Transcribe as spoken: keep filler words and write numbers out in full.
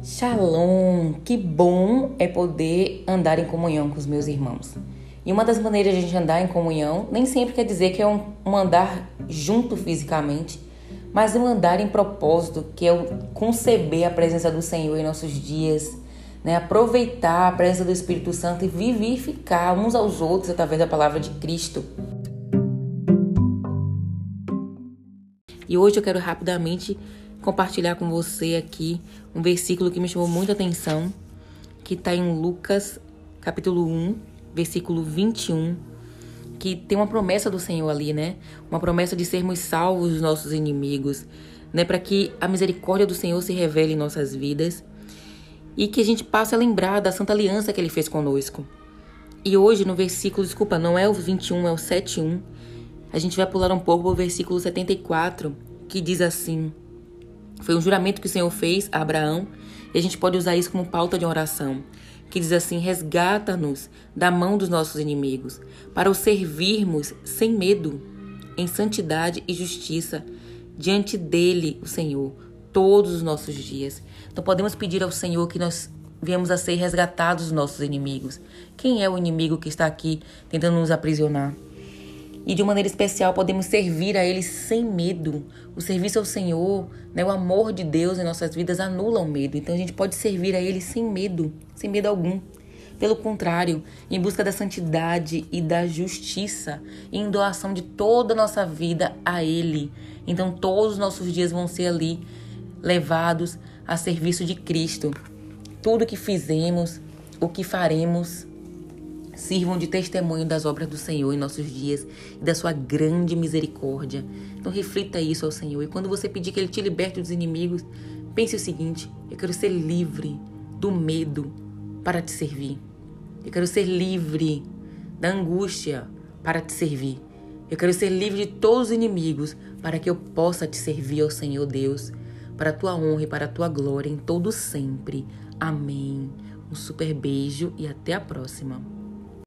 Shalom! Que bom é poder andar em comunhão com os meus irmãos. E uma das maneiras de a gente andar em comunhão nem sempre quer dizer que é um, um andar junto fisicamente, mas um andar em propósito, que é o conceber a presença do Senhor em nossos dias, né? Aproveitar a presença do Espírito Santo e vivificar uns aos outros através da palavra de Cristo. E hoje eu quero rapidamente compartilhar com você aqui um versículo que me chamou muita atenção, que está em Lucas, capítulo um, versículo vinte e um, que tem uma promessa do Senhor ali, né? Uma promessa de sermos salvos dos nossos inimigos, né? Para que a misericórdia do Senhor se revele em nossas vidas e que a gente passe a lembrar da santa aliança que Ele fez conosco. E hoje no versículo, desculpa, não é o vinte e um, é o sete e um, a gente vai pular um pouco para o versículo setenta e quatro, que diz assim: foi um juramento que o Senhor fez a Abraão, e a gente pode usar isso como pauta de oração, que diz assim: resgata-nos da mão dos nossos inimigos, para o servirmos sem medo, em santidade e justiça, diante dele, o Senhor, todos os nossos dias. Então podemos pedir ao Senhor que nós venhamos a ser resgatados dos nossos inimigos. Quem é o inimigo que está aqui tentando nos aprisionar? E de maneira especial podemos servir a Ele sem medo. O serviço ao Senhor, né, o amor de Deus em nossas vidas anula o medo. Então a gente pode servir a Ele sem medo, sem medo algum. Pelo contrário, em busca da santidade e da justiça, em doação de toda a nossa vida a Ele. Então todos os nossos dias vão ser ali levados a serviço de Cristo. Tudo que fizemos, o que faremos, sirvam de testemunho das obras do Senhor em nossos dias e da sua grande misericórdia. Então reflita isso ao Senhor. E quando você pedir que Ele te liberte dos inimigos, pense o seguinte: eu quero ser livre do medo para te servir. Eu quero ser livre da angústia para te servir. Eu quero ser livre de todos os inimigos para que eu possa te servir ao Senhor Deus, para a tua honra e para a tua glória em todo sempre. Amém. Um super beijo e até a próxima.